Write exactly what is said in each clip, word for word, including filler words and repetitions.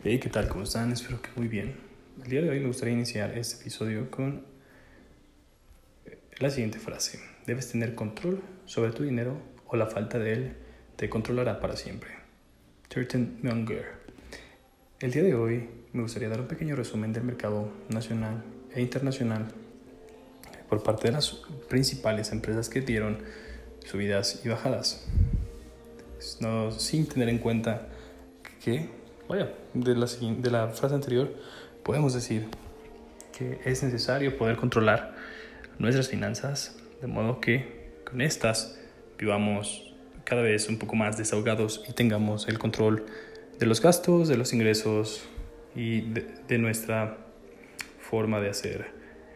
Hey, ¿qué tal? ¿Cómo están? Espero que muy bien. El día de hoy me gustaría iniciar este episodio con la siguiente frase. Debes tener control sobre tu dinero o la falta de él te controlará para siempre. Turton Munger. El día de hoy me gustaría dar un pequeño resumen del mercado nacional e internacional por parte de las principales empresas que dieron subidas y bajadas. No, sin tener en cuenta que Vaya, de la, de la frase anterior podemos decir que es necesario poder controlar nuestras finanzas, de modo que con estas vivamos cada vez un poco más desahogados y tengamos el control de los gastos, de los ingresos y de, de nuestra forma de hacer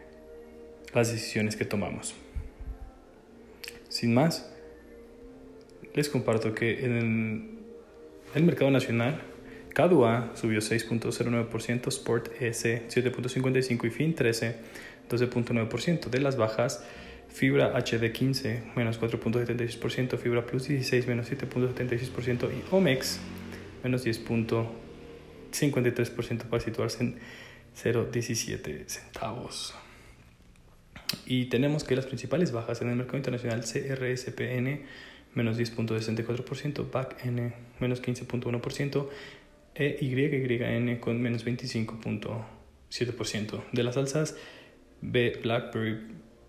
las decisiones que tomamos. Sin más, les comparto que en el mercado nacional C A D U A subió seis punto cero nueve por ciento, Sport S siete punto cincuenta y cinco por ciento y Fin trece doce punto nueve por ciento. De las bajas, Fibra H D quince menos cuatro punto setenta y seis por ciento, Fibra Plus dieciséis menos siete punto setenta y seis por ciento y Omex menos diez punto cincuenta y tres por ciento para situarse en cero punto diecisiete centavos. Y tenemos que las principales bajas en el mercado internacional: C R S P N menos diez punto sesenta y cuatro por ciento, B A C N menos quince punto uno por ciento, E Y Y N con menos veinticinco punto siete por ciento. De las alzas, B BlackBerry,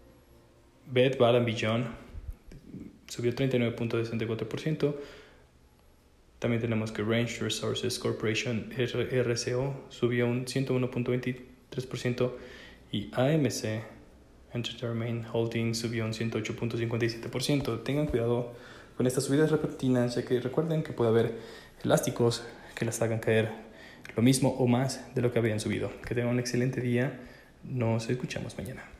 Bed Bath and Beyond subió treinta y nueve punto sesenta y cuatro por ciento. También tenemos que Range Resources Corporation, R C O, subió un ciento uno punto veintitrés por ciento y A M C Entertainment Holdings subió un ciento ocho punto cincuenta y siete por ciento. Tengan cuidado con estas subidas repentinas, ya que recuerden que puede haber elásticos que las hagan caer lo mismo o más de lo que habían subido. Que tengan un excelente día. Nos escuchamos mañana.